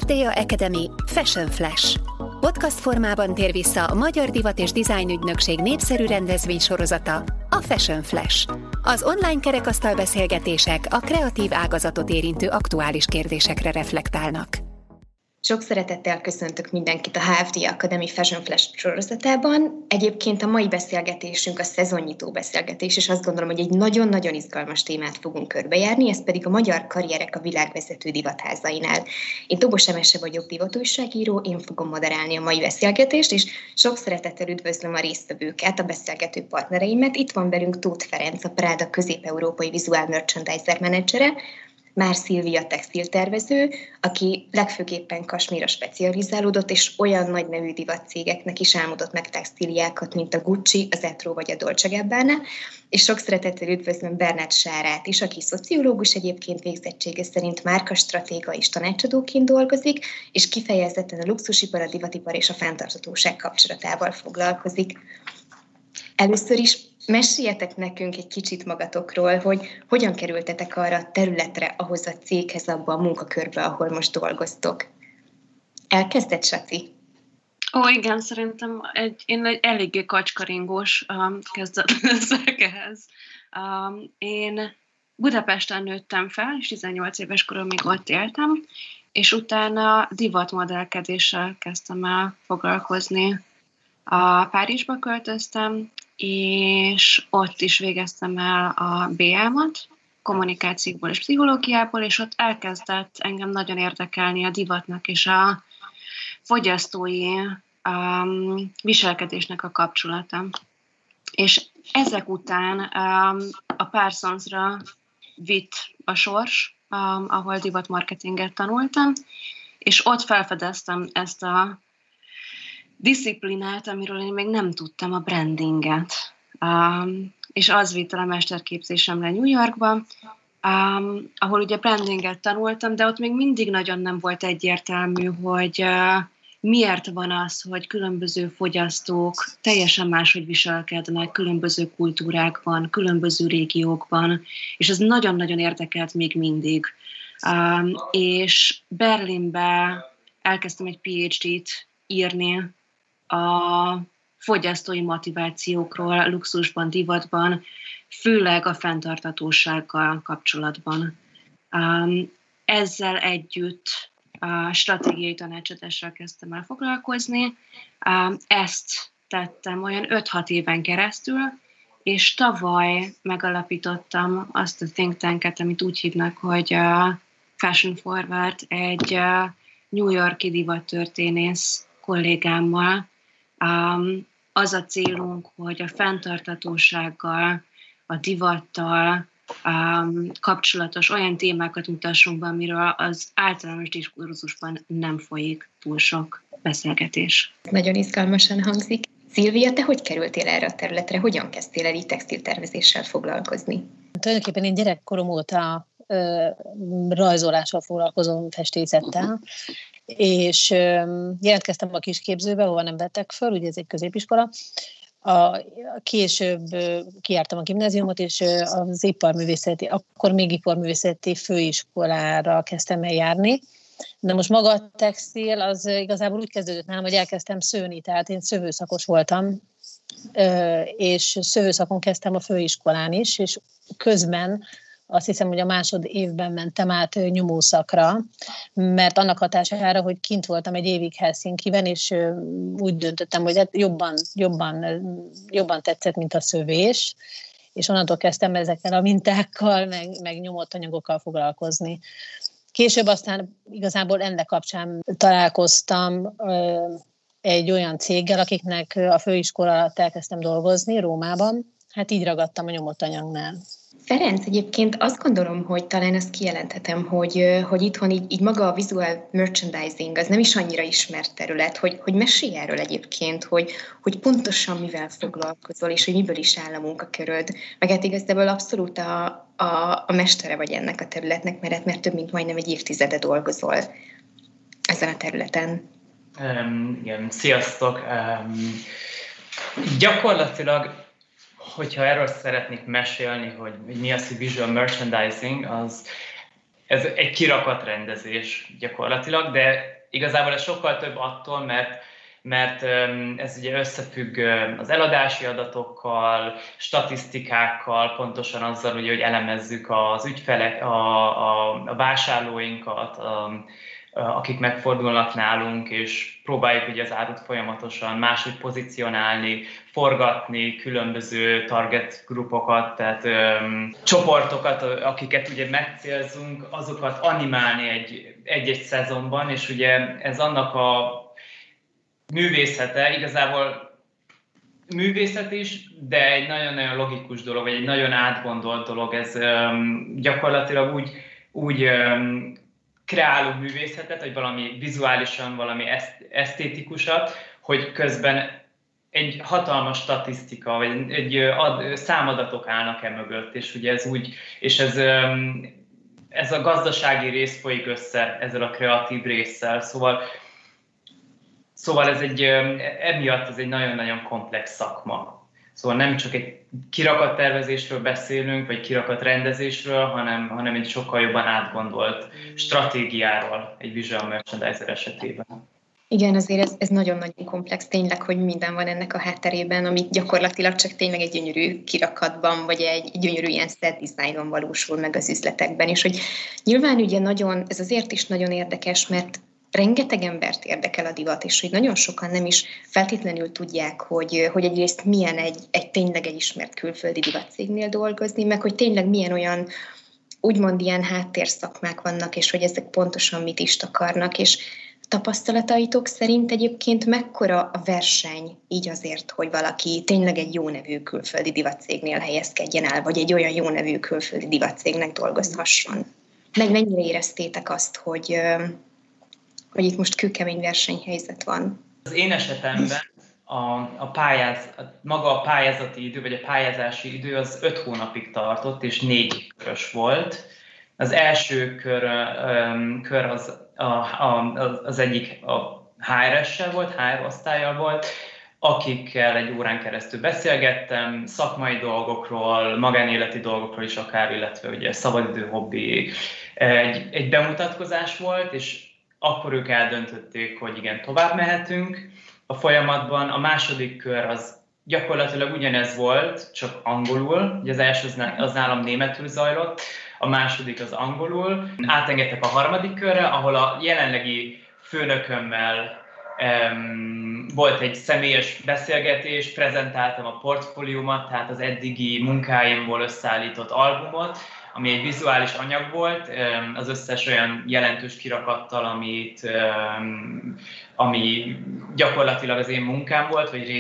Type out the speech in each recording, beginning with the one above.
FDA Academy Fashion Flash. Podcast formában tér vissza a Magyar Divat és Design Ügynökség népszerű rendezvénysorozata, a Fashion Flash. Az online kerekasztal beszélgetések a kreatív ágazatot érintő aktuális kérdésekre reflektálnak. Sok szeretettel köszöntök mindenkit a HFDA Academy Fashion Flash sorozatában. Egyébként a mai beszélgetésünk a szezonnyitó beszélgetés, és azt gondolom, hogy egy nagyon-nagyon izgalmas témát fogunk körbejárni, ez pedig a magyar karrierek a világvezető divatházainál. Én Dobos Emese vagyok, divatújságíró, én fogom moderálni a mai beszélgetést, és sok szeretettel üdvözlöm a résztvevőket, a beszélgető partnereimet. Itt van velünk Tóth Ferenc, a Prada közép-európai visual merchandiser menedzsere, Már Szilvia textiltervező, aki legfőképpen kasmírra specializálódott, és olyan nagy nevű divatcégeknek is álmodott meg textíliákat, mint a Gucci, az Etro vagy a Dolce Gabbana, és sok szeretettel üdvözlöm Bernát Sárát is, aki szociológus, egyébként végzettsége szerint márkastratéga és tanácsadóként dolgozik, és kifejezetten a luxusipar, a divatipar és a fenntarthatóság kapcsolatával foglalkozik. Először is meséljetek nekünk egy kicsit magatokról, hogy hogyan kerültetek arra a területre, ahhoz a céghez, abba a munkakörbe, ahol most dolgoztok. Elkezdett, Saci? Igen, szerintem én egy eléggé kacskaringós kezdet leszek ehhez. Én Budapesten nőttem fel, és 18 éves koromig ott éltem, és utána divatmodellkedéssel kezdtem el foglalkozni. Párizsba költöztem, és ott is végeztem el a BA-mat, kommunikációból és pszichológiából, és ott elkezdett engem nagyon érdekelni a divatnak és a fogyasztói viselkedésnek a kapcsolata. És ezek után a Parsonsra vitt a sors, ahol divatmarketinget tanultam, és ott felfedeztem ezt a disziplinát, amiről én még nem tudtam, a brandinget. És az vitt el a mesterképzésemre New Yorkba, ahol ugye brandinget tanultam, de ott még mindig nagyon nem volt egyértelmű, hogy miért van az, hogy különböző fogyasztók teljesen máshogy viselkednek különböző kultúrákban, különböző régiókban, és ez nagyon-nagyon érdekelt még mindig. És Berlinbe elkezdtem egy PhD-t írni a fogyasztói motivációkról, a luxusban, divatban, főleg a fenntarthatósággal kapcsolatban. Ezzel együtt a stratégiai tanácsadással kezdtem el foglalkozni. Ezt tettem olyan 5-6 éven keresztül, és tavaly megalapítottam azt a think tanket, amit úgy hívnak, hogy Fashion Forward, egy New York-i divattörténész kollégámmal. Az a célunk, hogy a fenntarthatósággal, a divattal kapcsolatos olyan témákat mutassunk be, amiről az általános diskurzusban nem folyik túl sok beszélgetés. Nagyon izgalmasan hangzik. Szilvia, te hogy kerültél erre a területre? Hogyan kezdtél el így textiltervezéssel foglalkozni? Tulajdonképpen én gyerekkorom óta rajzolással foglalkozom, festészettel, és jelentkeztem a kisképzőbe, ahova nem vettek föl, ugye ez egy középiskola. Később kijártam a gimnáziumot, és az iparművészeti, akkor még iparművészeti főiskolára kezdtem el járni. De most maga a textil az igazából úgy kezdődött nálam, hogy elkezdtem szőni, tehát én szövőszakos voltam, és szövőszakon kezdtem a főiskolán is, és közben azt hiszem, hogy a évben mentem át nyomószakra, mert annak hatására, hogy kint voltam egy évig Helsinkiben, és úgy döntöttem, hogy jobban tetszett, mint a szövés, és onnantól kezdtem ezekkel a mintákkal, meg nyomott anyagokkal foglalkozni. Később aztán igazából ennek kapcsán találkoztam egy olyan céggel, akiknek a főiskola alatt elkezdtem dolgozni Rómában. Hát így ragadtam a nyomott anyagnál. Ferenc, egyébként azt gondolom, hogy talán ezt kijelenthetem, hogy itthon így maga a visual merchandising az nem is annyira ismert terület, hogy mesélj erről egyébként, hogy pontosan mivel foglalkozol, és hogy miből is áll a munkaköröd. Meg hát igazából abszolút a mestere vagy ennek a területnek, mert több mint majdnem egy évtizede dolgozol ezen a területen. Igen, sziasztok! Gyakorlatilag, hogyha erről szeretnék mesélni, hogy mi az, hogy visual merchandising, ez egy kirakatrendezés gyakorlatilag, de igazából ez sokkal több attól, mert ez ugye összefügg az eladási adatokkal, statisztikákkal, pontosan azzal, ugye, hogy elemezzük az ügyfelek, a vásárlóinkat, akik megfordulnak nálunk, és próbáljuk ugye az árut folyamatosan máshogy pozícionálni, forgatni különböző target grupokat, tehát csoportokat, akiket ugye megcélzunk, azokat animálni egy-egy szezonban, és ugye ez annak a művészete, igazából művészet is, de egy nagyon-nagyon logikus dolog, vagy egy nagyon átgondolt dolog. Ez gyakorlatilag úgy kreálunk művészetet, vagy valami vizuálisan, valami esztétikusat, hogy közben egy hatalmas statisztika, vagy számadatok állnak mögött, és ugye ez úgy, és ez a gazdasági rész folyik össze ezzel a kreatív résszel, Szóval emiatt ez egy nagyon-nagyon komplex szakma. Szóval nem csak egy kirakattervezésről beszélünk, vagy kirakatrendezésről, hanem egy sokkal jobban átgondolt stratégiáról egy visual merchandiser esetében. Igen, azért ez nagyon-nagyon komplex, tényleg, hogy minden van ennek a hátterében, amit gyakorlatilag csak tényleg egy gyönyörű kirakatban, vagy egy gyönyörű ilyen set designon valósul meg az üzletekben. És hogy nyilván ugye ez azért is nagyon érdekes, mert rengeteg embert érdekel a divat, és hogy nagyon sokan nem is feltétlenül tudják, hogy egyrészt milyen egy tényleg egy ismert külföldi divatcégnél dolgozni, meg hogy tényleg milyen olyan úgymond ilyen háttérszakmák vannak, és hogy ezek pontosan mit is akarnak, és tapasztalataitok szerint egyébként mekkora a verseny így azért, hogy valaki tényleg egy jó nevű külföldi divatcégnél helyezkedjen el, vagy egy olyan jó nevű külföldi divatcégnek dolgozhasson? Meg mennyire éreztétek azt, hogy itt most kőkemény versenyhelyzet van? Az én esetemben maga a pályázati idő, vagy a pályázási idő az 5 hónapig tartott, és 4 körös volt. Az első kör az egyik a HRS-sel volt, HR osztállyal volt, akikkel egy órán keresztül beszélgettem, szakmai dolgokról, magánéleti dolgokról is akár, illetve ugye szabadidő, hobbi. Egy bemutatkozás volt, és akkor ők eldöntötték, hogy igen, tovább mehetünk a folyamatban. A második kör az gyakorlatilag ugyanez volt, csak angolul. Ugye az első az nálam németül zajlott, a második az angolul. Átengedtek a harmadik körre, ahol a jelenlegi főnökömmel volt egy személyes beszélgetés, prezentáltam a portfóliómat, tehát az eddigi munkáimból összeállított albumot, ami egy vizuális anyag volt, az összes olyan jelentős kirakattal, ami gyakorlatilag az én munkám volt, vagy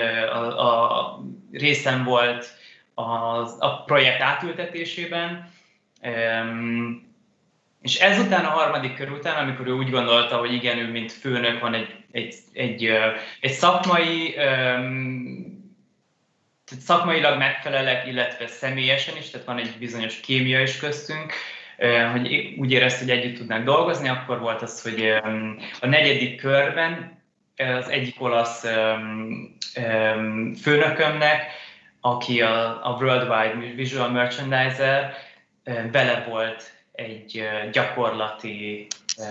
részem volt a projekt átültetésében. És ezután, a harmadik kör után, amikor ő úgy gondolta, hogy igen, ő mint főnök van egy szakmailag megfelelek, illetve személyesen is, tehát van egy bizonyos kémia is köztünk, hogy úgy érezte, hogy együtt tudnánk dolgozni, akkor volt az, hogy a negyedik körben az egyik olasz főnökömnek, aki a Worldwide Visual Merchandiser, bele volt egy gyakorlati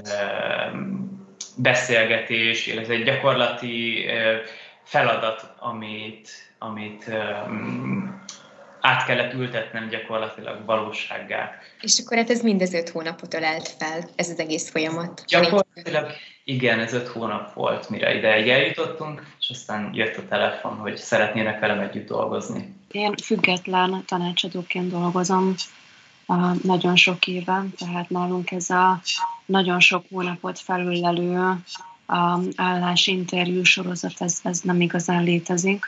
beszélgetés, illetve egy gyakorlati feladat, amit át kellett ültetnem gyakorlatilag valósággá. És akkor hát ez mindez 5 hónapot ölelt fel, ez az egész folyamat? Gyakorlatilag igen, ez 5 hónap volt, mire ideig eljutottunk, és aztán jött a telefon, hogy szeretnének velem együtt dolgozni. Én független tanácsadóként dolgozom nagyon sok éve, tehát nálunk ez a nagyon sok hónapot felülelő állásinterjú sorozat, ez nem igazán létezik.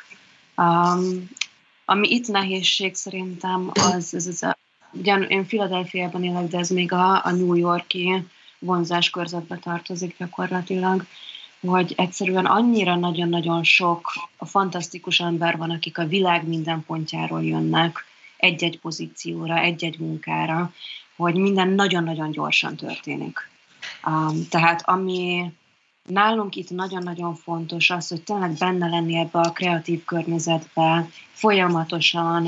Ami itt nehézség szerintem, ugyan én Philadelphiában élek, de ez még a New York-i vonzáskörzetbe tartozik gyakorlatilag, hogy egyszerűen annyira nagyon-nagyon sok fantasztikus ember van, akik a világ minden pontjáról jönnek egy-egy pozícióra, egy-egy munkára, hogy minden nagyon-nagyon gyorsan történik. Tehát ami nálunk itt nagyon-nagyon fontos az, hogy tényleg benne lenni ebbe a kreatív környezetbe, folyamatosan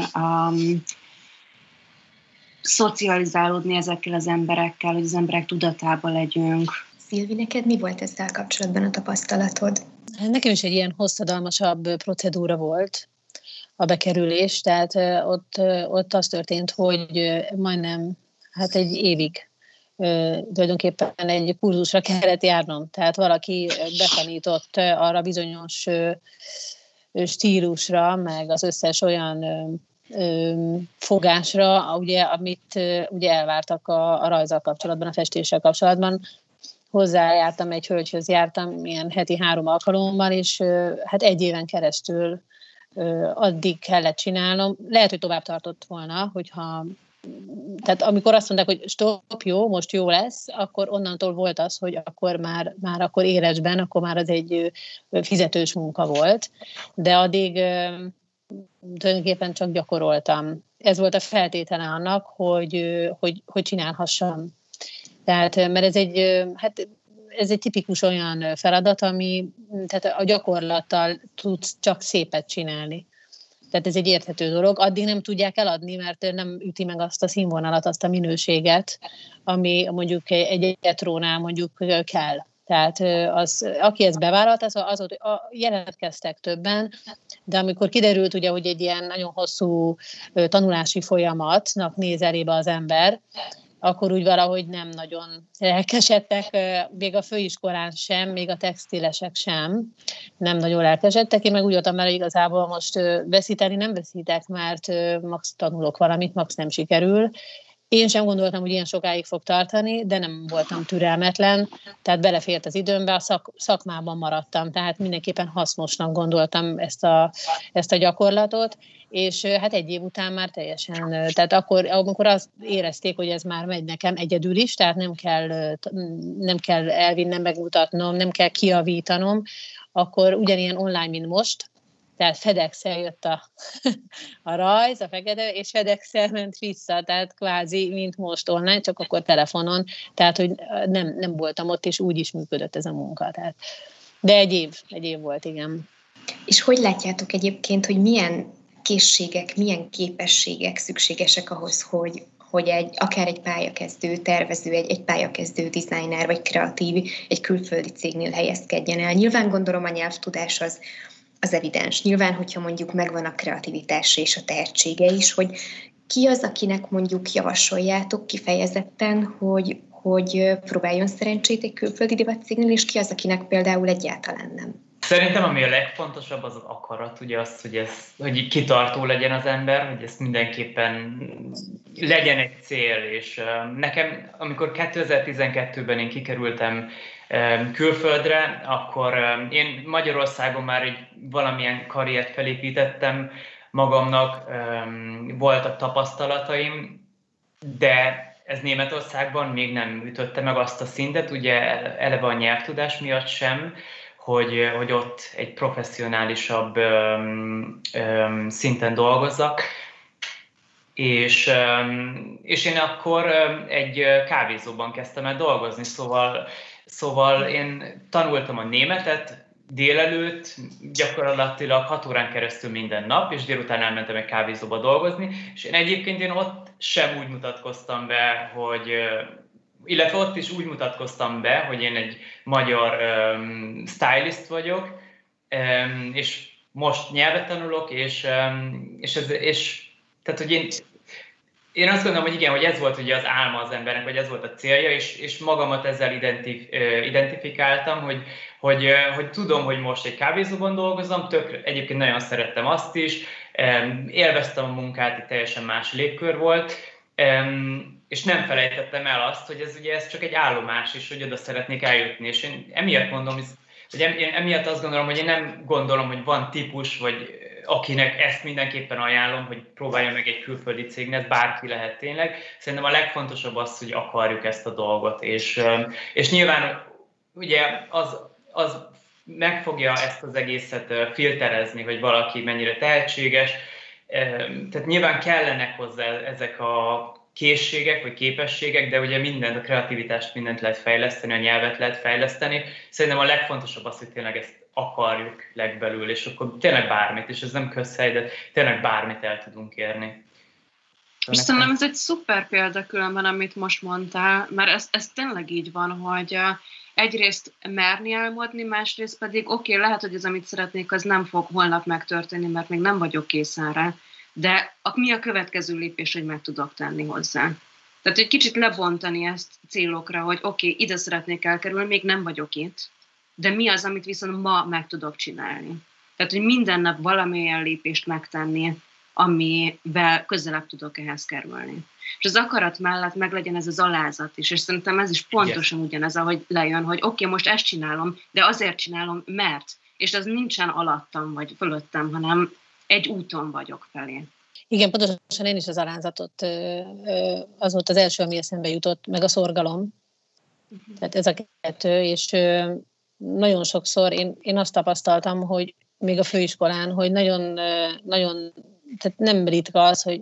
szocializálódni ezekkel az emberekkel, hogy az emberek tudatában legyünk. Szilvi, neked mi volt ezzel kapcsolatban a tapasztalatod? Nekem is egy ilyen hosszadalmasabb procedúra volt a bekerülés, tehát ott az történt, hogy majdnem egy évig tulajdonképpen egy kurzusra kellett járnom. Tehát valaki betanított arra bizonyos stílusra, meg az összes olyan fogásra, ugye, amit ugye elvártak a rajzzal kapcsolatban, a festéssel kapcsolatban. Hozzájártam, egy hölgyhöz jártam ilyen heti 3 alkalommal, és egy éven keresztül addig kellett csinálnom. Lehet, hogy tovább tartott volna, tehát amikor azt mondták, hogy stop, jó, most jó lesz, akkor onnantól volt az, hogy akkor már akkor élesben, akkor már az egy fizetős munka volt, de addig tulajdonképpen csak gyakoroltam. Ez volt a feltétele annak, hogy csinálhassam. Tehát, mert ez egy tipikus olyan feladat, ami tehát a gyakorlattal tudsz csak szépet csinálni. Tehát ez egy érthető dolog. Addig nem tudják eladni, mert nem üti meg azt a színvonalat, azt a minőséget, ami mondjuk egy etrónál mondjuk kell. Tehát aki ezt bevállalt, jelentkeztek többen, de amikor kiderült, ugye, hogy egy ilyen nagyon hosszú tanulási folyamatnak néz elébe az ember, akkor úgy valahogy nem nagyon lelkesedtek, még a főiskolán sem, még a textilesek sem nem nagyon lelkesedtek. Én meg úgy voltam, mert igazából most veszíteni nem veszítek, mert max tanulok valamit, max nem sikerül. Én sem gondoltam, hogy ilyen sokáig fog tartani, de nem voltam türelmetlen, tehát belefért az időmbe, a szakmában maradtam, tehát mindenképpen hasznosnak gondoltam ezt a gyakorlatot, és egy év után már teljesen, tehát akkor, amikor azt érezték, hogy ez már megy nekem egyedül is, tehát nem kell elvinnem, megmutatnom, nem kell kijavítanom, akkor ugyanilyen online, mint most, tehát FedEx-el jött a rajz, a fekete, és FedEx-el ment vissza, tehát kvázi, mint most online, csak akkor telefonon, tehát, hogy nem voltam ott, és úgy is működött ez a munka. Tehát. De egy év volt, igen. És hogy látjátok egyébként, hogy milyen készségek, milyen képességek szükségesek ahhoz, hogy akár egy pályakezdő tervező, egy pályakezdő designer, vagy kreatív egy külföldi cégnél helyezkedjen el? Nyilván gondolom a nyelvtudás az evidens. Nyilván, hogyha mondjuk megvan a kreativitása és a tehetsége is, hogy ki az, akinek mondjuk javasoljátok kifejezetten, hogy próbáljon szerencsét egy külföldi divatcégnél, és ki az, akinek például egyáltalán nem? Szerintem ami a legfontosabb az akarat, ugye az, hogy kitartó legyen az ember, hogy ez mindenképpen legyen egy cél, és nekem, amikor 2012-ben én kikerültem külföldre, akkor én Magyarországon már valamilyen karriert felépítettem magamnak, voltak tapasztalataim, de ez Németországban még nem ütötte meg azt a szintet, ugye eleve a nyelvtudás miatt sem, hogy ott egy professzionálisabb szinten dolgozzak. És én akkor egy kávézóban kezdtem el dolgozni, szóval én tanultam a németet délelőtt, gyakorlatilag 6 órán keresztül minden nap, és délután elmentem egy kávézóba dolgozni, és én ott sem úgy mutatkoztam be, illetve ott is úgy mutatkoztam be, hogy én egy magyar stylist vagyok, és most nyelvet tanulok, tehát, hogy én azt gondolom, hogy igen, hogy ez volt ugye az álma az embernek, vagy ez volt a célja, és magamat ezzel identifikáltam, hogy tudom, hogy most egy kávézóban dolgozom, egyébként nagyon szerettem azt is, élveztem a munkát, itt teljesen más légkör volt, és nem felejtettem el azt, hogy ez csak egy állomás is, hogy oda szeretnék eljutni, és én emiatt mondom, hogy én emiatt azt gondolom, hogy én nem gondolom, hogy van típus, vagy akinek ezt mindenképpen ajánlom, hogy próbálja meg egy külföldi cégnél, ez bárki lehet tényleg. Szerintem a legfontosabb az, hogy akarjuk ezt a dolgot, és nyilván ugye az meg fogja ezt az egészet filterezni, hogy valaki mennyire tehetséges, tehát nyilván kellenek hozzá ezek a készségek vagy képességek, de ugye a kreativitást, mindent lehet fejleszteni, a nyelvet lehet fejleszteni. Szerintem a legfontosabb az, hogy tényleg ezt akarjuk legbelül, és akkor tényleg bármit, és ez nem közhely, de tényleg bármit el tudunk érni. És szerintem ez egy szuper példa különben, amit most mondtál, mert ez tényleg így van, hogy egyrészt merni álmodni, másrészt pedig oké, lehet, hogy az, amit szeretnék, az nem fog holnap megtörténni, mert még nem vagyok készen rá, de mi a következő lépés, hogy meg tudok tenni hozzá? Tehát egy kicsit lebontani ezt célokra, hogy oké, ide szeretnék elkerülni, még nem vagyok itt, de mi az, amit viszont ma meg tudok csinálni? Tehát, hogy minden nap valamilyen lépést megtenni, amivel közelebb tudok ehhez kerülni. És az akarat mellett meglegyen ez az alázat is, és szerintem ez is pontosan ugyanez, ahogy lejön, hogy oké, most ezt csinálom, de azért csinálom, mert, és ez nincsen alattam vagy fölöttem, hanem egy úton vagyok felé. Igen, pontosan én is az alázatot, az volt az első, ami eszembe jutott, meg a szorgalom. Tehát ez a kettő, és nagyon sokszor én azt tapasztaltam, hogy még a főiskolán, hogy nagyon, tehát nem ritka az, hogy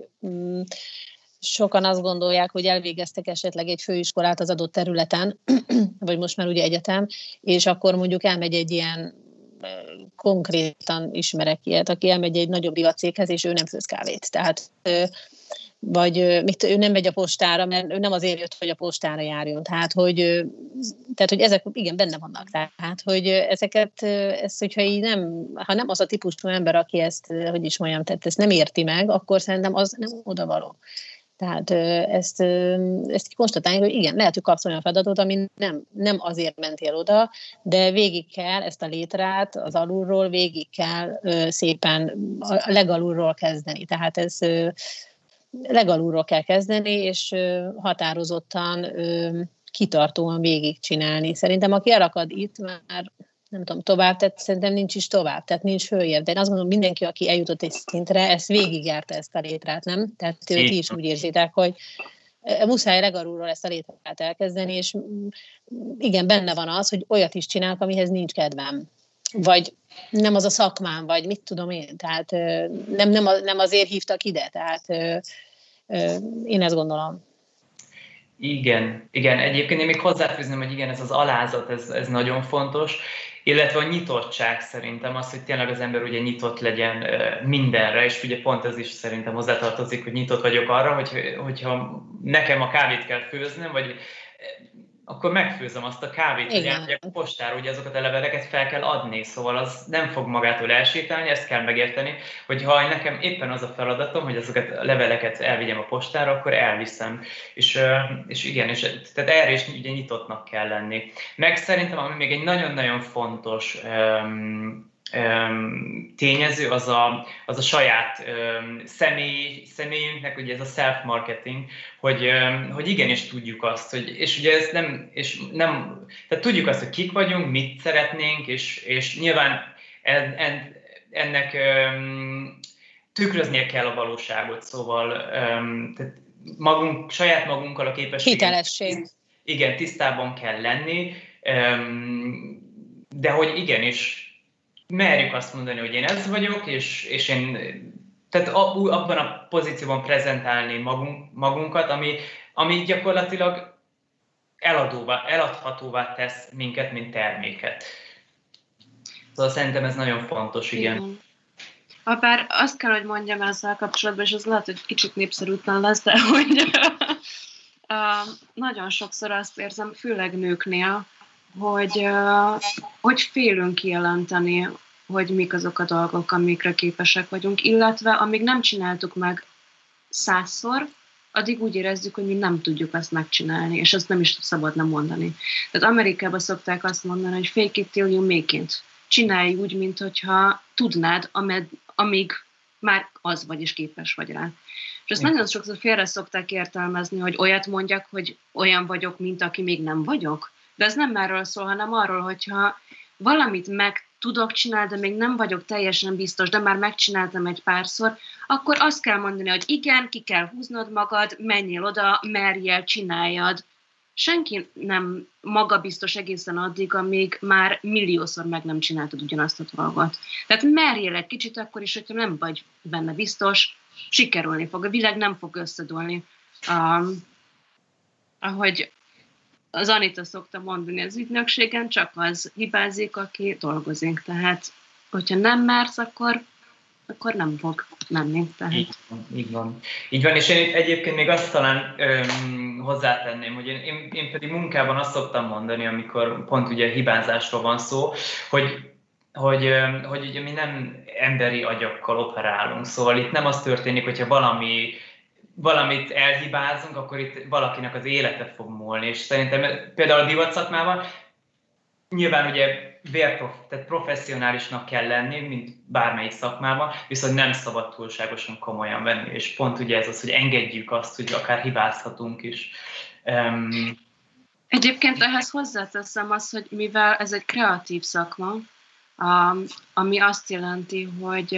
sokan azt gondolják, hogy elvégeztek esetleg egy főiskolát az adott területen, vagy most már ugye egyetem, és akkor mondjuk elmegy egy ilyen, konkrétan ismerek ilyet, aki elmegy egy nagyobb divatcéghez, és ő nem főz kávét. Tehát, vagy ő nem megy a postára, mert ő nem azért jött, hogy a postára járjon. Tehát, hogy ezek igen benne vannak. Tehát, hogy ezt, hogyha így ha nem az a típusú ember, aki ezt, hogy is mondjam, tehát ezt nem érti meg, akkor szerintem az nem odavaló. Tehát ezt konstatáljuk, hogy igen, lehet, hogy kapsz olyan feladatot, ami nem azért mentél oda, de végig kell ezt a létrát az alulról, végig kell szépen a legalulról kezdeni. Tehát ez legalulról kell kezdeni, és határozottan, kitartóan végigcsinálni. Szerintem aki elakad itt, már nem tudom, tovább, tehát szerintem nincs is tovább, tehát nincs följebb. De én azt gondolom, mindenki, aki eljutott egy szintre, ezt végigjárta ezt a létrát, nem? Tehát ti is úgy érzitek, hogy muszáj legalulról ezt a létrát elkezdeni, és igen, benne van az, hogy olyat is csinálok, amihez nincs kedvem. Vagy nem az a szakmám, vagy mit tudom én, tehát nem azért hívtak ide, tehát én ezt gondolom. Igen. Egyébként én még hozzáfűzném, hogy igen, ez az alázat, ez nagyon fontos, illetve a nyitottság szerintem az, hogy tényleg az ember ugye nyitott legyen mindenre, és ugye pont ez is szerintem hozzátartozik, hogy nyitott vagyok arra, hogyha nekem a kávét kell főznöm, vagy akkor megfőzöm azt a kávét, hogy elmegyek a postára, ugye azokat a leveleket fel kell adni, szóval az nem fog magától elsétálni, ezt kell megérteni, hogy ha nekem éppen az a feladatom, hogy azokat a leveleket elvigyem a postára, akkor elviszem. És igen, tehát erre is ugye nyitottnak kell lenni. Meg szerintem, ami még egy nagyon-nagyon fontos tényező, az a saját személyünknek, ugye ez a self-marketing, hogy igenis tudjuk azt, hogy, és ugye ez nem, tehát tudjuk azt, hogy kik vagyunk, mit szeretnénk, és nyilván ennek tükröznie kell a valóságot, szóval tehát saját magunkkal a képességet. Hitelesség. Igen, tisztában kell lenni, de hogy igenis merjük azt mondani, hogy én ez vagyok, és én tehát abban a pozícióban prezentálni magunkat, ami gyakorlatilag eladhatóvá tesz minket, mint terméket. Szóval szerintem ez nagyon fontos, igen. Bár azt kell, hogy mondjam ezzel kapcsolatban, és az lehet, hogy kicsit népszerűtlen lesz, de hogy nagyon sokszor azt érzem, főleg nőknél, hogy félünk kijelenteni, hogy mik azok a dolgok, amikre képesek vagyunk, illetve amíg nem csináltuk meg 100-szor, addig úgy érezzük, hogy mi nem tudjuk azt megcsinálni, és azt nem is szabadna mondani. Tehát Amerikában szokták azt mondani, hogy fake it till you make it. Csinálj úgy, mintha tudnád, amíg már az vagy, és képes vagy rá. És ezt nagyon sokszor félre szokták értelmezni, hogy olyat mondjak, hogy olyan vagyok, mint aki még nem vagyok. De ez nem erről szól, hanem arról, hogyha valamit meg tudok csinálni, de még nem vagyok teljesen biztos, de már megcsináltam egy párszor, akkor azt kell mondani, hogy igen, ki kell húznod magad, menjél oda, merjél, csináljad. Senki nem magabiztos egészen addig, amíg már milliószor meg nem csináltad ugyanazt a dolgot. Tehát merjél egy kicsit akkor is, hogyha nem vagy benne biztos, sikerülni fog. A világ nem fog összedőlni. Ahogy az Anita szokta mondani az ügynökségen, csak az hibázik, aki dolgozik. Tehát, hogyha nem mersz, akkor akkor nem fog menni. Tehát. Így van. Így van, és én egyébként még azt talán hozzátenném, hogy én pedig munkában azt szoktam mondani, amikor pont ugye hibázásról van szó, hogy ugye mi nem emberi agyakkal operálunk, szóval itt nem az történik, hogyha valamit elhibázunk, akkor itt valakinek az élete fog múlni, és szerintem például a divat szakmában nyilván ugye tehát professzionálisnak kell lenni, mint bármelyik szakmában, viszont nem szabad túlságosan komolyan venni, és pont ugye ez az, hogy engedjük azt, hogy akár hibázhatunk is. Egyébként ehhez hozzáteszem azt, hogy mivel ez egy kreatív szakma, ami azt jelenti, hogy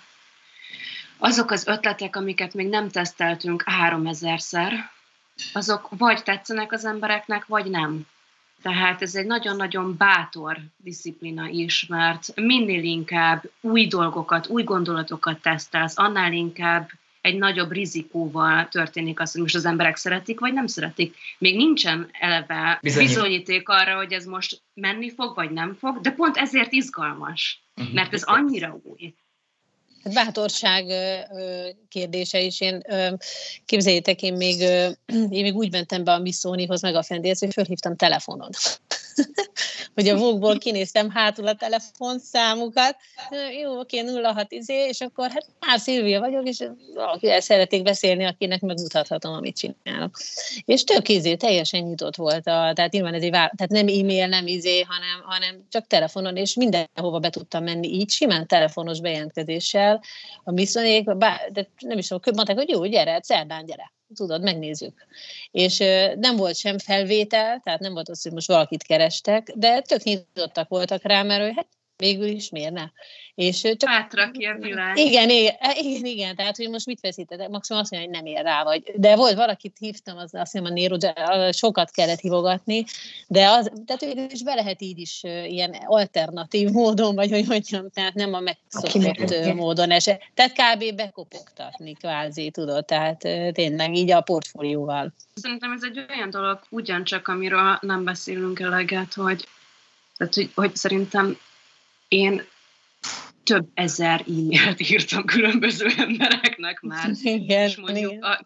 azok az ötletek, amiket még nem teszteltünk 3000-szer, azok vagy tetszenek az embereknek, vagy nem. Tehát ez egy nagyon-nagyon bátor disziplina is, mert minél inkább új dolgokat, új gondolatokat tesztelsz, annál inkább egy nagyobb rizikóval történik az, hogy most az emberek szeretik, vagy nem szeretik. Még nincsen eleve bizonyíték arra, hogy ez most menni fog, vagy nem fog, de pont ezért izgalmas, mert ez annyira új. Bátorság kérdése is. Képzeljétek, én még úgy mentem be a Miss Sonyhoz, meg a Fendihez, hogy fölhívtam telefonon. Hogy a Vogue-ból kinéztem hátul a telefonszámukat. Jó, oké, 06 és akkor hát már Szilvia vagyok, és valakivel szeretnék beszélni, akinek megmutathatom, amit csinálok. És teljesen nyitott volt. Tehát nyilván ez tehát nem e-mail, nem hanem csak telefonon, és mindenhova be tudtam menni így, simán telefonos bejelentkezéssel. A Miss Sonyék, de nem is tudom, mondták, hogy jó, gyere, szerdán gyere. Tudod, megnézzük. És nem volt sem felvétel, tehát nem volt az, hogy most valakit kerestek, de tök nyitottak voltak rá, mert hogy hát végül is miért ne. És csak átrakj a világ. Igen, tehát hogy most mit veszítetek, maximum azt mondja, hogy nem ér rá vagy. De volt valakit hívtam, azt hiszem a Nero, sokat kellett hívogatni, tehát ő is be lehet így is ilyen alternatív módon, vagy hogy mondjam, tehát nem a megszokott módon eset. Tehát kb. Bekopogtatni kvázi, tudod, tehát tényleg így a portfólióval. Szerintem ez egy olyan dolog, ugyancsak amiről nem beszélünk eleget, hogy szerintem én több ezer e-mailt írtam különböző embereknek már, és mondjuk a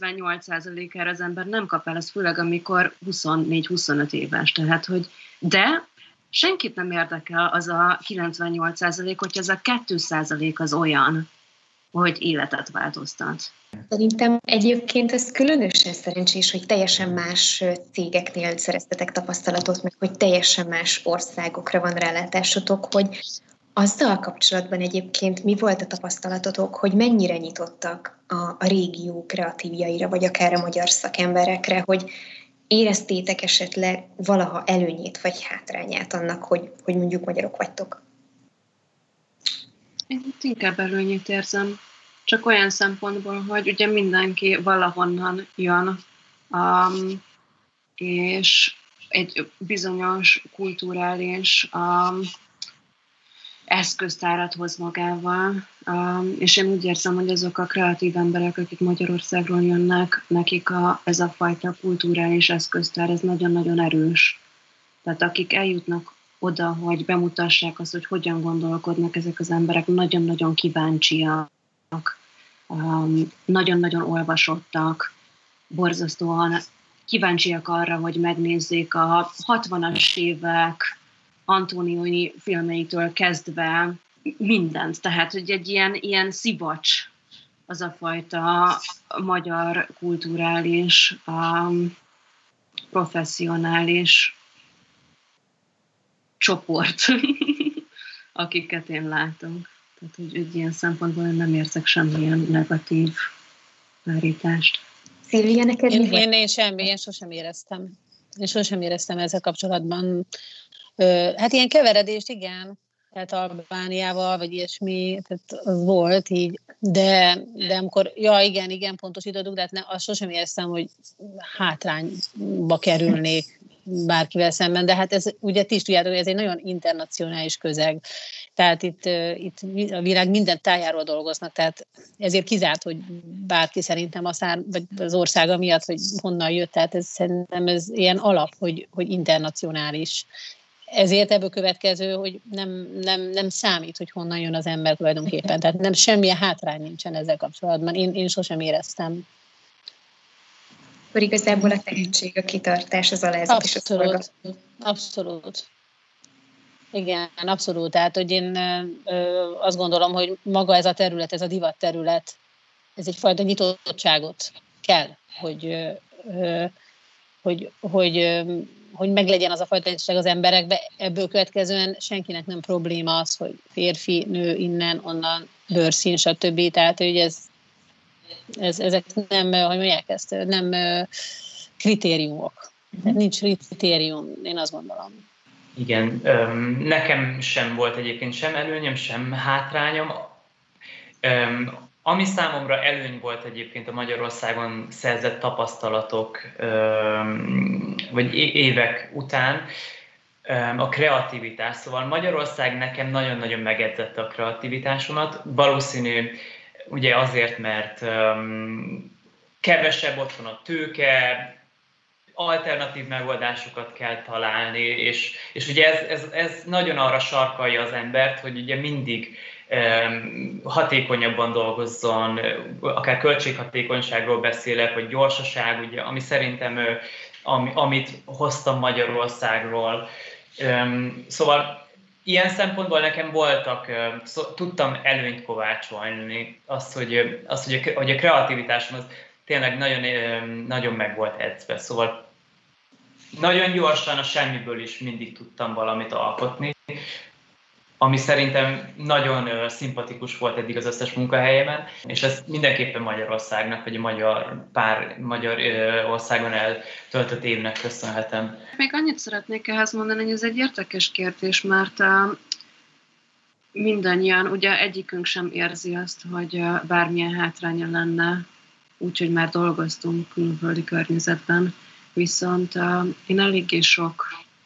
98%-ára az ember nem kap el, ez főleg amikor 24-25 éves, tehát de senkit nem érdekel az a 98%, hogy az a 2% az olyan, hogy életet változtat. Szerintem egyébként ez különösen szerencsés, hogy teljesen más cégeknél szereztetek tapasztalatot, meg hogy teljesen más országokra van rálátásotok, hogy azzal kapcsolatban egyébként mi volt a tapasztalatotok, hogy mennyire nyitottak a régió kreatívjaira, vagy akár a magyar szakemberekre, hogy éreztétek esetleg valaha előnyét vagy hátrányát annak, hogy mondjuk magyarok vagytok? Én inkább előnyét érzem. Csak olyan szempontból, hogy ugye mindenki valahonnan jön, és egy bizonyos kulturális eszköztárat hoz magával, és én úgy érzem, hogy azok a kreatív emberek, akik Magyarországról jönnek, nekik ez a fajta kulturális eszköztár, ez nagyon-nagyon erős. Tehát akik eljutnak oda, hogy bemutassák azt, hogy hogyan gondolkodnak ezek az emberek, nagyon-nagyon kíváncsiak, nagyon-nagyon olvasottak, borzasztóan kíváncsiak arra, hogy megnézzék a 60-as évek Antonioni filmeitől kezdve mindent. Tehát, hogy egy ilyen szivacs az a fajta magyar kulturális, professzionális csoport, akiket én látok. Tehát, hogy egy ilyen szempontból én nem érzek semmilyen negatív állítást. Szilvia, neked mi volt? Én sosem éreztem. Én sosem éreztem ezzel kapcsolatban. Hát ilyen keveredést, igen, tehát Albániával, vagy ilyesmi, tehát az volt így, de amikor, igen, pontosítottuk, de hát azt sosem éreztem, hogy hátrányba kerülnék bárkivel szemben, de hát ez ugye ti is tudjátok, hogy ez egy nagyon internacionális közeg. Tehát itt a világ minden tájáról dolgoznak, tehát ezért kizárt, hogy bárki szerintem vagy az országa miatt, hogy honnan jött, tehát szerintem ez ilyen alap, hogy internacionális. ezért ebből következő, hogy nem számít, hogy honnan jön az ember tulajdonképpen. Tehát nem semmilyen hátrány nincsen ezzel kapcsolatban. Én sosem éreztem. Akkor igazából a tehetség, a kitartás, az alázat és a szolgálat. Abszolút. Igen, abszolút. Tehát, hogy én azt gondolom, hogy maga ez a terület, ez a divat terület, ez egyfajta nyitottságot kell, hogy meglegyen az a fajta nyitottság az emberekbe. Ebből következően senkinek nem probléma az, hogy férfi, nő, innen, onnan, bőrszín, stb. Tehát, hogy ezek nem, hogy mondják ezt, nem kritériumok. Tehát nincs kritérium, én azt gondolom. Igen, nekem sem volt egyébként sem előnyöm, sem hátrányom. Ami számomra előny volt egyébként a Magyarországon szerzett tapasztalatok, vagy évek után, a kreativitás. Szóval Magyarország nekem nagyon-nagyon megedzette a kreativitásomat. Valószínű, ugye azért, mert kevesebb otthon a tőke, alternatív megoldásokat kell találni, és ugye ez nagyon arra sarkalja az embert, hogy ugye mindig hatékonyabban dolgozzon, akár költséghatékonyságról beszélek, vagy gyorsaság, ugye, ami szerintem, amit hoztam Magyarországról. Szóval ilyen szempontból nekem voltak, tudtam előnyt kovácsolni, hogy a kreativitásom az tényleg nagyon, nagyon meg volt edzve. Szóval nagyon gyorsan a semmiből is mindig tudtam valamit alkotni, ami szerintem nagyon szimpatikus volt eddig az összes munkahelyemen, és ez mindenképpen Magyarországnak, vagy a magyar országon eltöltött évnek köszönhetem. Még annyit szeretnék ehhez mondani, hogy ez egy érdekes kérdés, mert mindannyian, ugye egyikünk sem érzi azt, hogy bármilyen hátránya lenne, úgyhogy már dolgoztunk külföldi környezetben, viszont én eléggé sok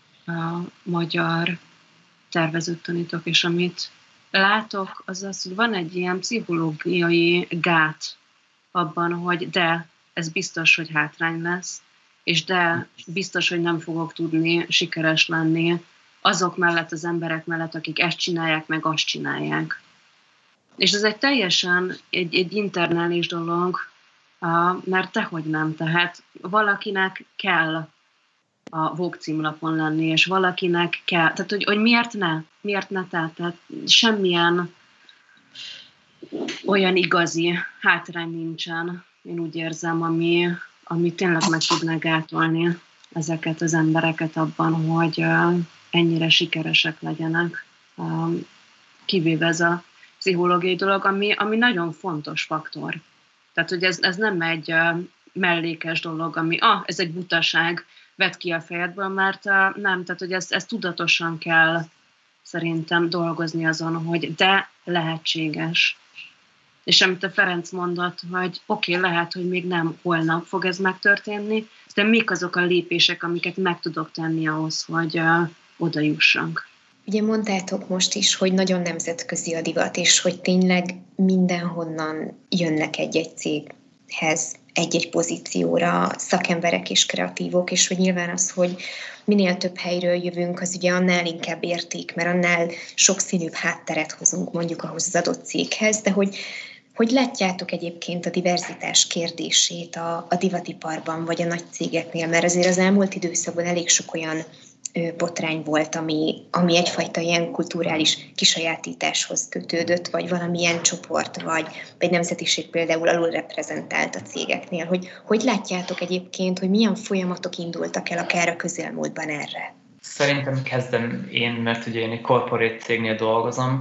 magyar tervezőt tanítok, és amit látok, az az, hogy van egy ilyen pszichológiai gát abban, hogy de, ez biztos, hogy hátrány lesz, és de, biztos, hogy nem fogok tudni sikeres lenni azok mellett, az emberek mellett, akik ezt csinálják, meg azt csinálják. És ez egy teljesen egy internális dolog, mert tehogy nem. Tehát valakinek kell a Vogue címlapon lenni, és valakinek kell, tehát hogy miért ne? Miért ne te? Tehát semmilyen olyan igazi hátrány nincsen, én úgy érzem, ami tényleg meg tudná gátolni ezeket az embereket abban, hogy ennyire sikeresek legyenek. Kivéve ez a pszichológiai dolog, ami nagyon fontos faktor. Tehát, hogy ez nem egy mellékes dolog, ami ez egy butaság, vedd ki a fejedből, mert nem, tehát, hogy ezt tudatosan kell szerintem dolgozni azon, hogy de lehetséges. És amit a Ferenc mondott, hogy oké, lehet, hogy még nem holnap fog ez megtörténni, de mik azok a lépések, amiket meg tudok tenni ahhoz, hogy oda jussank. Ugye mondtátok most is, hogy nagyon nemzetközi a divat, és hogy tényleg mindenhonnan jönnek egy-egy céghez, egy-egy pozícióra szakemberek és kreatívok, és hogy nyilván az, hogy minél több helyről jövünk, az ugye annál inkább érték, mert annál sokszínűbb hátteret hozunk mondjuk ahhoz az adott céghez, de hogy látjátok egyébként a diverzitás kérdését a divatiparban, vagy a nagy cégeknél, mert azért az elmúlt időszakban elég sok olyan botrány volt, ami egyfajta ilyen kulturális kisajátításhoz kötődött, vagy valamilyen csoport, vagy egy nemzetiség például alulreprezentált a cégeknél. Hogy látjátok egyébként, hogy milyen folyamatok indultak el akár a közelmúltban erre? Szerintem kezdem én, mert ugye én egy corporate cégnél dolgozom.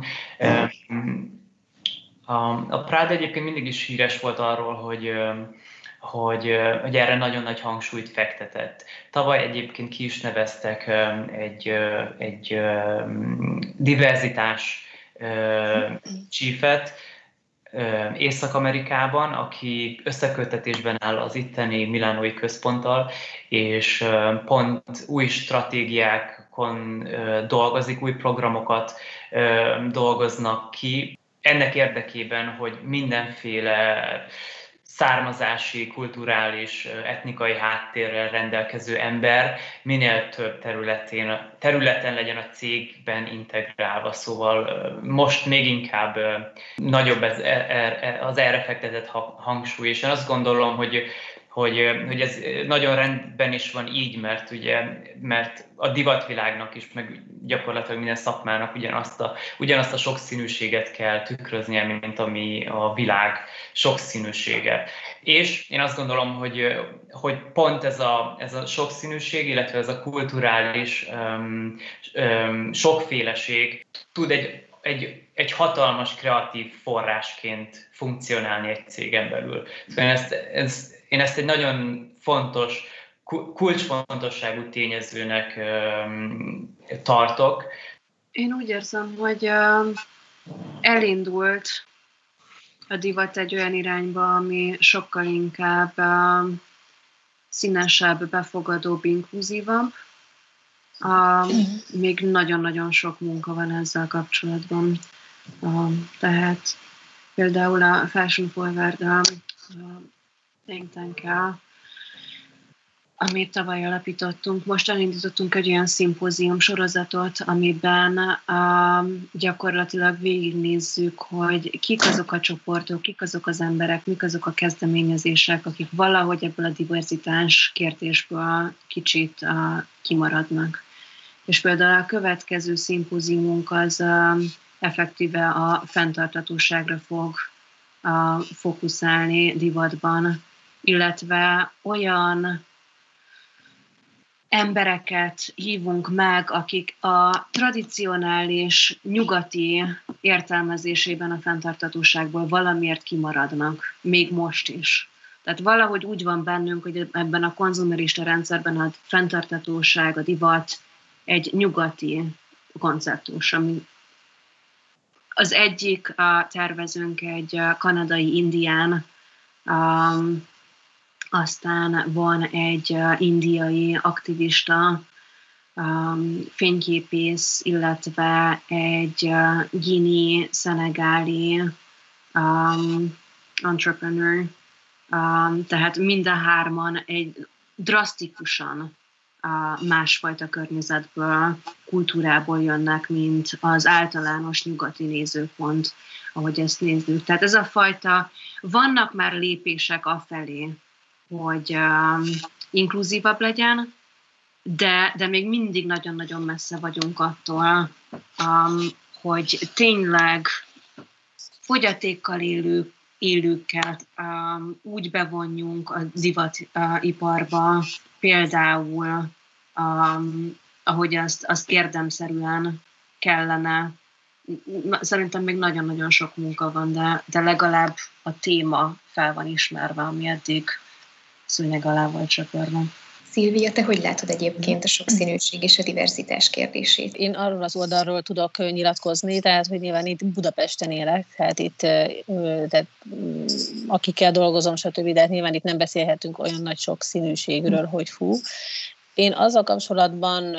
A Prada egyébként mindig is híres volt arról, hogy erre nagyon nagy hangsúlyt fektetett. Tavaly egyébként ki is neveztek egy diverzitás chiefet Észak-Amerikában, aki összeköttetésben áll az itteni milánói központtal, és pont új stratégiákon dolgozik, új programokat dolgoznak ki, ennek érdekében, hogy mindenféle származási, kulturális, etnikai háttérrel rendelkező ember minél több területen legyen a cégben integrálva. Szóval most még inkább nagyobb az erre fektetett hangsúly, és én azt gondolom, hogy ez nagyon rendben is van így, mert a divatvilágnak is, meg gyakorlatilag minden szakmának ugyanazt a sokszínűséget kell tükröznie, mint ami a világ sokszínűsége. És én azt gondolom, hogy pont ez a sokszínűség, illetve ez a kulturális sokféleség tud egy hatalmas kreatív forrásként funkcionálni egy cégen belül. Szóval én ezt egy nagyon fontos, kulcsfontosságú tényezőnek tartok. Én úgy érzem, hogy elindult a divat egy olyan irányba, ami sokkal inkább színesebb, befogadóbb, inkluzívabb. Még nagyon-nagyon sok munka van ezzel kapcsolatban. Tehát például a Fashion Forward think tank-el, amit tavaly alapítottunk. Most elindítottunk egy olyan szimpózium sorozatot, amiben gyakorlatilag végignézzük, hogy kik azok a csoportok, kik azok az emberek, mik azok a kezdeményezések, akik valahogy ebből a diverzitás kérdésből kicsit kimaradnak. És például a következő szimpóziumunk az effektíve a fenntarthatóságra fog fókuszálni divatban, illetve olyan embereket hívunk meg, akik a tradicionális nyugati értelmezésében a fenntarthatóságból valamiért kimaradnak, még most is. Tehát valahogy úgy van bennünk, hogy ebben a konzumerista rendszerben a fenntarthatóság, a divat egy nyugati konceptus, ami az egyik tervezünk egy kanadai indián, aztán van egy indiai aktivista, fényképész, illetve egy guinea szenegáli entrepreneur, tehát minden hárman egy drasztikusan másfajta környezetből, kultúrából jönnek, mint az általános nyugati nézőpont, ahogy ezt nézzük. Tehát ez a fajta, vannak már lépések afelé, hogy inkluzívabb legyen, de még mindig nagyon-nagyon messze vagyunk attól, hogy tényleg fogyatékkal élőket úgy bevonjunk a divatiparba, például, ahogy azt érdemszerűen kellene. Szerintem még nagyon-nagyon sok munka van, de legalább a téma fel van ismerve, ami eddig szőnyeg alá volt söpörve. Szilvia, te hogy látod egyébként a sokszínűség és a diverzitás kérdését? Én arról az oldalról tudok nyilatkozni, tehát, hogy nyilván itt Budapesten élek, tehát itt tehát, akikkel dolgozom, stb., de nyilván itt nem beszélhetünk olyan nagy sokszínűségről, hogy fú. Én azzal kapcsolatban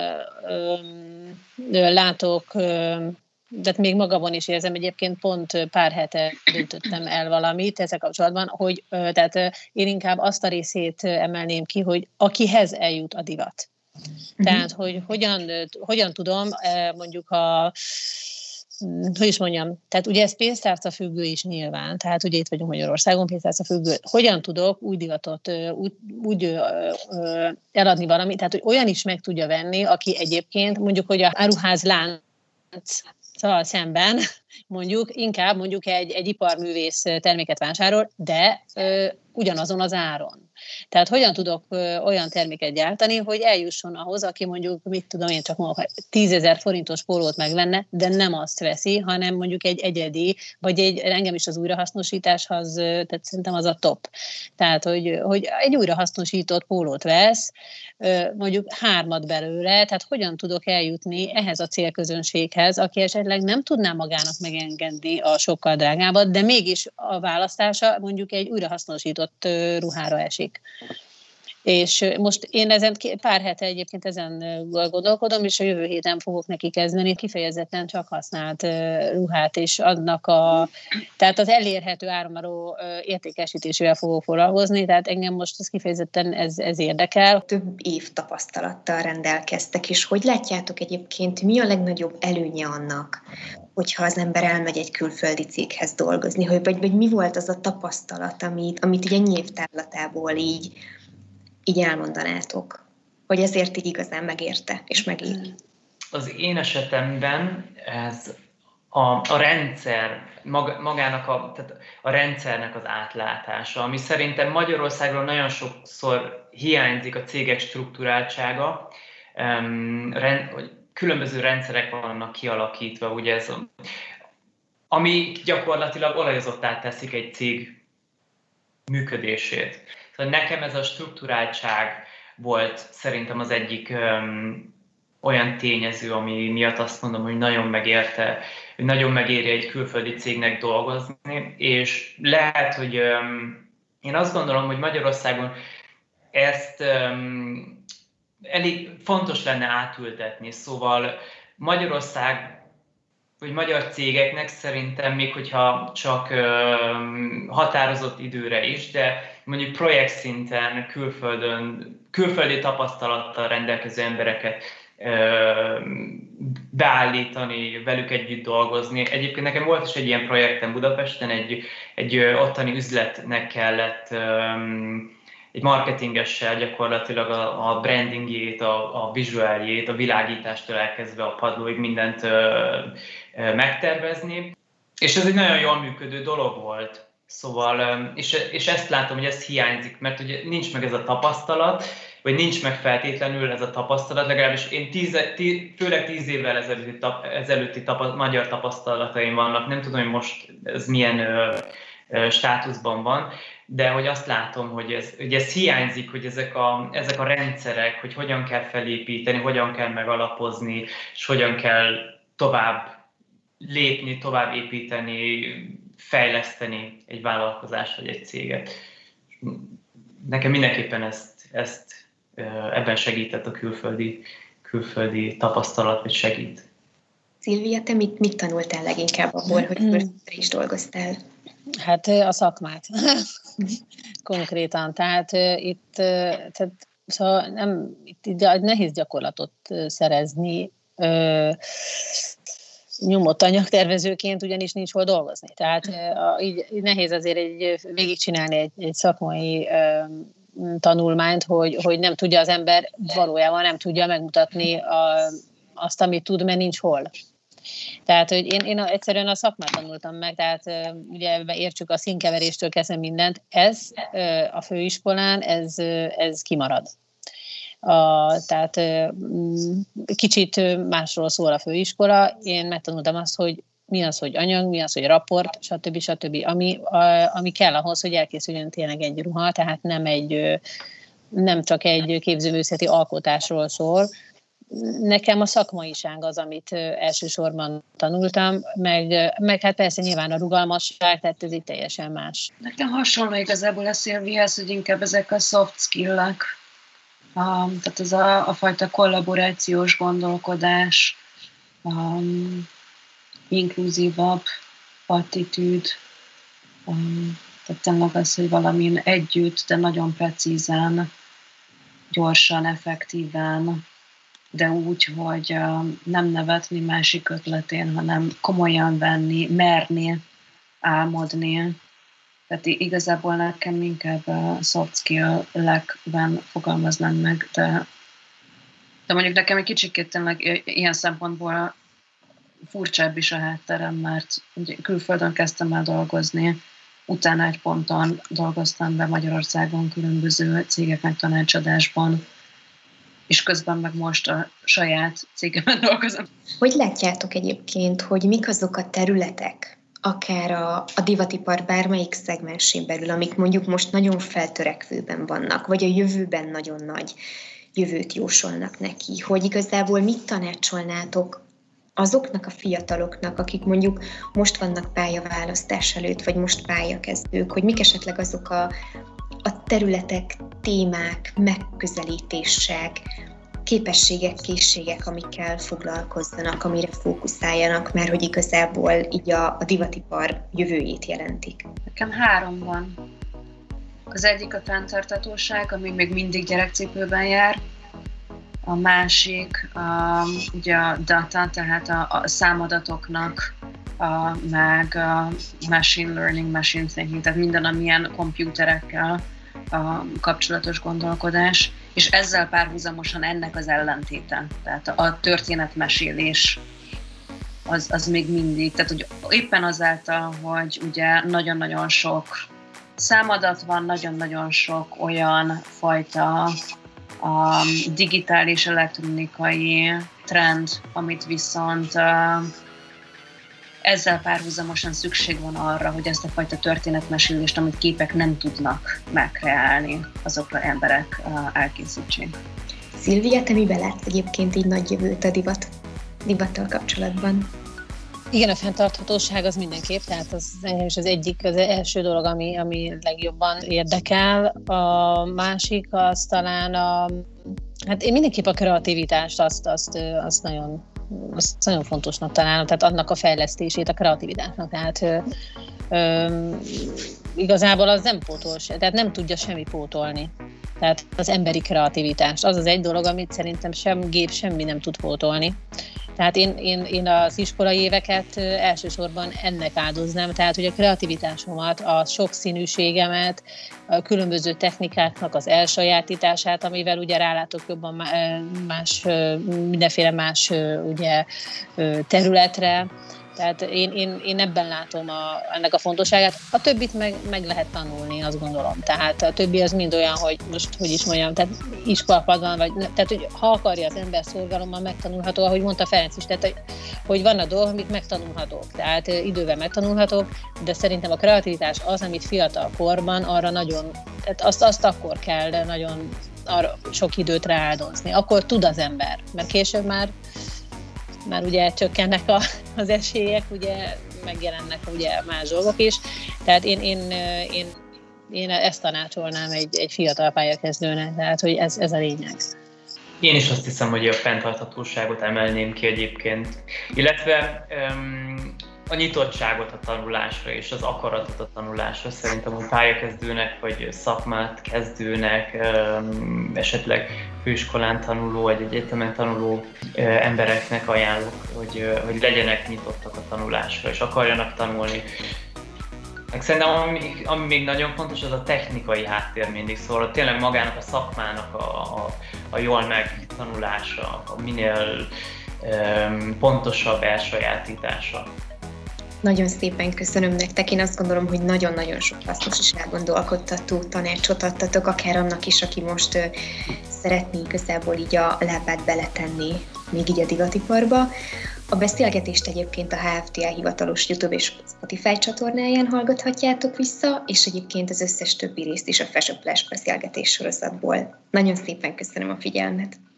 látok, de még magamon is érzem, egyébként pont pár hete döntöttem el valamit ezzel kapcsolatban, hogy tehát én inkább azt a részét emelném ki, hogy akihez eljut a divat. Tehát, hogy hogyan tudom mondjuk hogy is mondjam, tehát ugye ez pénztárca függő is nyilván, tehát ugye itt vagyunk Magyarországon, pénztárca függő, hogyan tudok új divatot úgy eladni valamit, tehát hogy olyan is meg tudja venni, aki egyébként mondjuk, hogy a áruház lánc szemben mondjuk egy iparművész terméket vásárol, de ugyanazon az áron. Tehát hogyan tudok olyan terméket gyártani, hogy eljusson ahhoz, aki mondjuk, mit tudom én, csak mondok, 10 000 forintos pólót megvenne, de nem azt veszi, hanem mondjuk egy egyedi, vagy engem is az újrahasznosításhoz, tehát szerintem az a top. Tehát, hogy egy újrahasznosított pólót vesz, mondjuk 3 belőle, tehát hogyan tudok eljutni ehhez a célközönséghez, aki esetleg nem tudná magának megengedni a sokkal drágábbat, de mégis a választása mondjuk egy újrahasznosított ruhára esik. És most én ezen pár hete egyébként ezen gondolkodom, és a jövő héten fogok neki kezdeni kifejezetten csak használt ruhát, és tehát az elérhető áramaró értékesítésével fogok foglalkozni, tehát engem most ez kifejezetten ez érdekel. Több év tapasztalattal rendelkeztek, és hogy látjátok egyébként, mi a legnagyobb előnye annak, hogyha az ember elmegy egy külföldi céghez dolgozni, vagy mi volt az a tapasztalat, amit így ennyi év távlatából így elmondanátok, hogy ezért így igazán megérte, és megéri. Az én esetemben ez a rendszer, tehát a rendszernek az átlátása, ami szerintem Magyarországról nagyon sokszor hiányzik a cégek strukturáltsága, hogy különböző rendszerek vannak kialakítva, ugye ami gyakorlatilag olajozottá teszik egy cég működését. Szóval nekem ez a strukturáltság volt szerintem az egyik olyan tényező, ami miatt azt mondom, hogy nagyon megéri egy külföldi cégnek dolgozni, és lehet, hogy én azt gondolom, hogy Magyarországon ezt elég fontos lenne átültetni, szóval Magyarország vagy magyar cégeknek szerintem még hogyha csak határozott időre is, de mondjuk projekt szinten külföldi tapasztalattal rendelkező embereket beállítani, velük együtt dolgozni. Egyébként nekem volt is egy ilyen projektem Budapesten, egy ottani üzletnek kellett egy marketingessel gyakorlatilag a brandingjét, a vizuáljét, a világítástól elkezdve a padlóig mindent megtervezni. És ez egy nagyon jól működő dolog volt. Szóval, és ezt látom, hogy ez hiányzik, mert ugye nincs meg ez a tapasztalat, vagy nincs meg feltétlenül ez a tapasztalat, legalábbis én főleg 10 évvel ezelőtti magyar tapasztalataim vannak, nem tudom, hogy most ez milyen státuszban van, de hogy azt látom, hogy ez hiányzik, hogy ezek a rendszerek, hogy hogyan kell felépíteni, hogyan kell megalapozni, és hogyan kell tovább lépni, tovább építeni, fejleszteni egy vállalkozást vagy egy céget. Nekem mindenképpen ebben segített a külföldi tapasztalat, vagy segít. Szilvia, te mit tanultál leginkább abból, hogy külföldre is dolgoztál? Hát a szakmát. Konkrétan. Tehát szóval itt nehéz gyakorlatot szerezni nyomott anyagtervezőként, ugyanis nincs hol dolgozni. Tehát így nehéz azért végigcsinálni egy szakmai tanulmányt, hogy nem tudja az ember valójában nem tudja megmutatni azt, amit tud, mert nincs hol. Tehát, hogy én egyszerűen a szakmát tanultam meg, tehát ugye értsük a színkeveréstől kezdve mindent. Ez a főiskolán, ez kimarad. Tehát kicsit másról szól a főiskola. Én megtanultam azt, hogy mi az, hogy anyag, mi az, hogy raport, stb. Ami kell ahhoz, hogy elkészüljön tényleg egy ruha, tehát nem csak egy képzőművészeti alkotásról szól. Nekem a szakmaiság az, amit elsősorban tanultam, meg hát persze nyilván a rugalmasság, tehát ez itt teljesen más. Nekem hasonló igazából a Szilviához, hogy inkább ezek a soft skill-ek, tehát ez a fajta kollaborációs gondolkodás, inkluzívabb attitűd, tehát tényleg az, hogy valamin együtt, de nagyon precízen, gyorsan, effektíven, de úgy, hogy nem nevetni másik ötletén, hanem komolyan venni, merni, álmodni. Tehát igazából nekem inkább soft skill-ekben fogalmaznám meg, de mondjuk nekem egy kicsit tényleg ilyen szempontból furcsább is a hátterem, mert külföldön kezdtem el dolgozni, utána egy ponton dolgoztam be Magyarországon különböző cégeknek tanácsadásban, és közben meg most a saját cégemen dolgozom. Hogy látjátok egyébként, hogy mik azok a területek, akár a divatipar bármelyik szegmensén belül, amik mondjuk most nagyon feltörekvőben vannak, vagy a jövőben nagyon nagy jövőt jósolnak neki, hogy igazából mit tanácsolnátok azoknak a fiataloknak, akik mondjuk most vannak pályaválasztás előtt, vagy most pályakezdők, hogy mik esetleg azok a területek, témák, megközelítések, képességek, készségek, amikkel foglalkozzanak, amire fókuszáljanak, mert hogy igazából így a divatipar jövőjét jelentik? Nekem 3 van. Az egyik a fenntarthatóság, ami még mindig gyerekcipőben jár. A másik ugye a data, tehát a számadatoknak, meg a machine learning, machine thinking, tehát minden, amilyen komputerekkel kapcsolatos gondolkodás, és ezzel párhuzamosan ennek az ellentéte, tehát a történetmesélés az még mindig, tehát hogy éppen azáltal, hogy ugye nagyon-nagyon sok számadat van, nagyon-nagyon sok olyan fajta digitális, elektronikai trend, amit viszont ezzel párhuzamosan szükség van arra, hogy ezt a fajta történetmesélést, amit képek nem tudnak megkreálni, azokra emberek elkészítsék. Szilvia, te miben látsz egyébként így nagy jövőt a divattal kapcsolatban? Igen, a fenntarthatóság az mindenképp, tehát az engem is az első dolog, ami legjobban érdekel. A másik az talán hát én mindenképp a kreativitást, azt nagyon fontosnak találom, tehát annak a fejlesztését, a kreativitásnak. Tehát igazából az nem pótol, tehát nem tudja semmi pótolni. Tehát az emberi kreativitás, az egy dolog, amit szerintem sem gép, semmi nem tud pótolni. Tehát én az iskolai éveket elsősorban ennek áldoznám, tehát hogy a kreativitásomat, a sokszínűségemet, a különböző technikáknak az elsajátítását, amivel ugye rálátok jobban mindenféle más ugye, területre. Tehát én ebben látom ennek a fontosságát. A többit meg lehet tanulni, azt gondolom. Tehát a többi az mind olyan, hogy most, hogy is mondjam, tehát iskolapadban, tehát hogy ha akarja az ember szorgalommal megtanulható, ahogy mondta Ferenc is, tehát hogy vannak dolgok, amik megtanulhatók, tehát idővel megtanulhatók, de szerintem a kreativitás az, amit fiatal korban arra nagyon, tehát azt akkor kell nagyon arra sok időt rááldozni. Akkor tud az ember, mert később már ugye csökkennek az esélyek, ugye megjelennek ugye más dolgok is. Tehát én ezt tanácsolnám egy fiatal pályakezdőnek, tehát hogy ez a lényeg. Én is azt hiszem, hogy a fenntarthatóságot emelném ki egyébként, illetve a nyitottságot a tanulásra és az akaratot a tanulásra. Szerintem, hogy pályakezdőnek vagy szakmát kezdőnek, esetleg főiskolán tanuló vagy egyetemen tanuló embereknek ajánlok, hogy legyenek nyitottak a tanulásra és akarjanak tanulni. Szerintem ami még nagyon fontos, az a technikai háttér mindig, szóval tényleg magának a szakmának a jól megtanulása, a minél pontosabb elsajátítása. Nagyon szépen köszönöm nektek. Én azt gondolom, hogy nagyon-nagyon sok hasznos és elgondolkodtató tanácsot adtatok, akár annak is, aki most szeretné igazából így a lábát beletenni még így a divatiparba. A beszélgetést egyébként a HFDA hivatalos YouTube és Spotify csatornáján hallgathatjátok vissza, és egyébként az összes többi részt is a Fashion Flash beszélgetés sorozatból. Nagyon szépen köszönöm a figyelmet!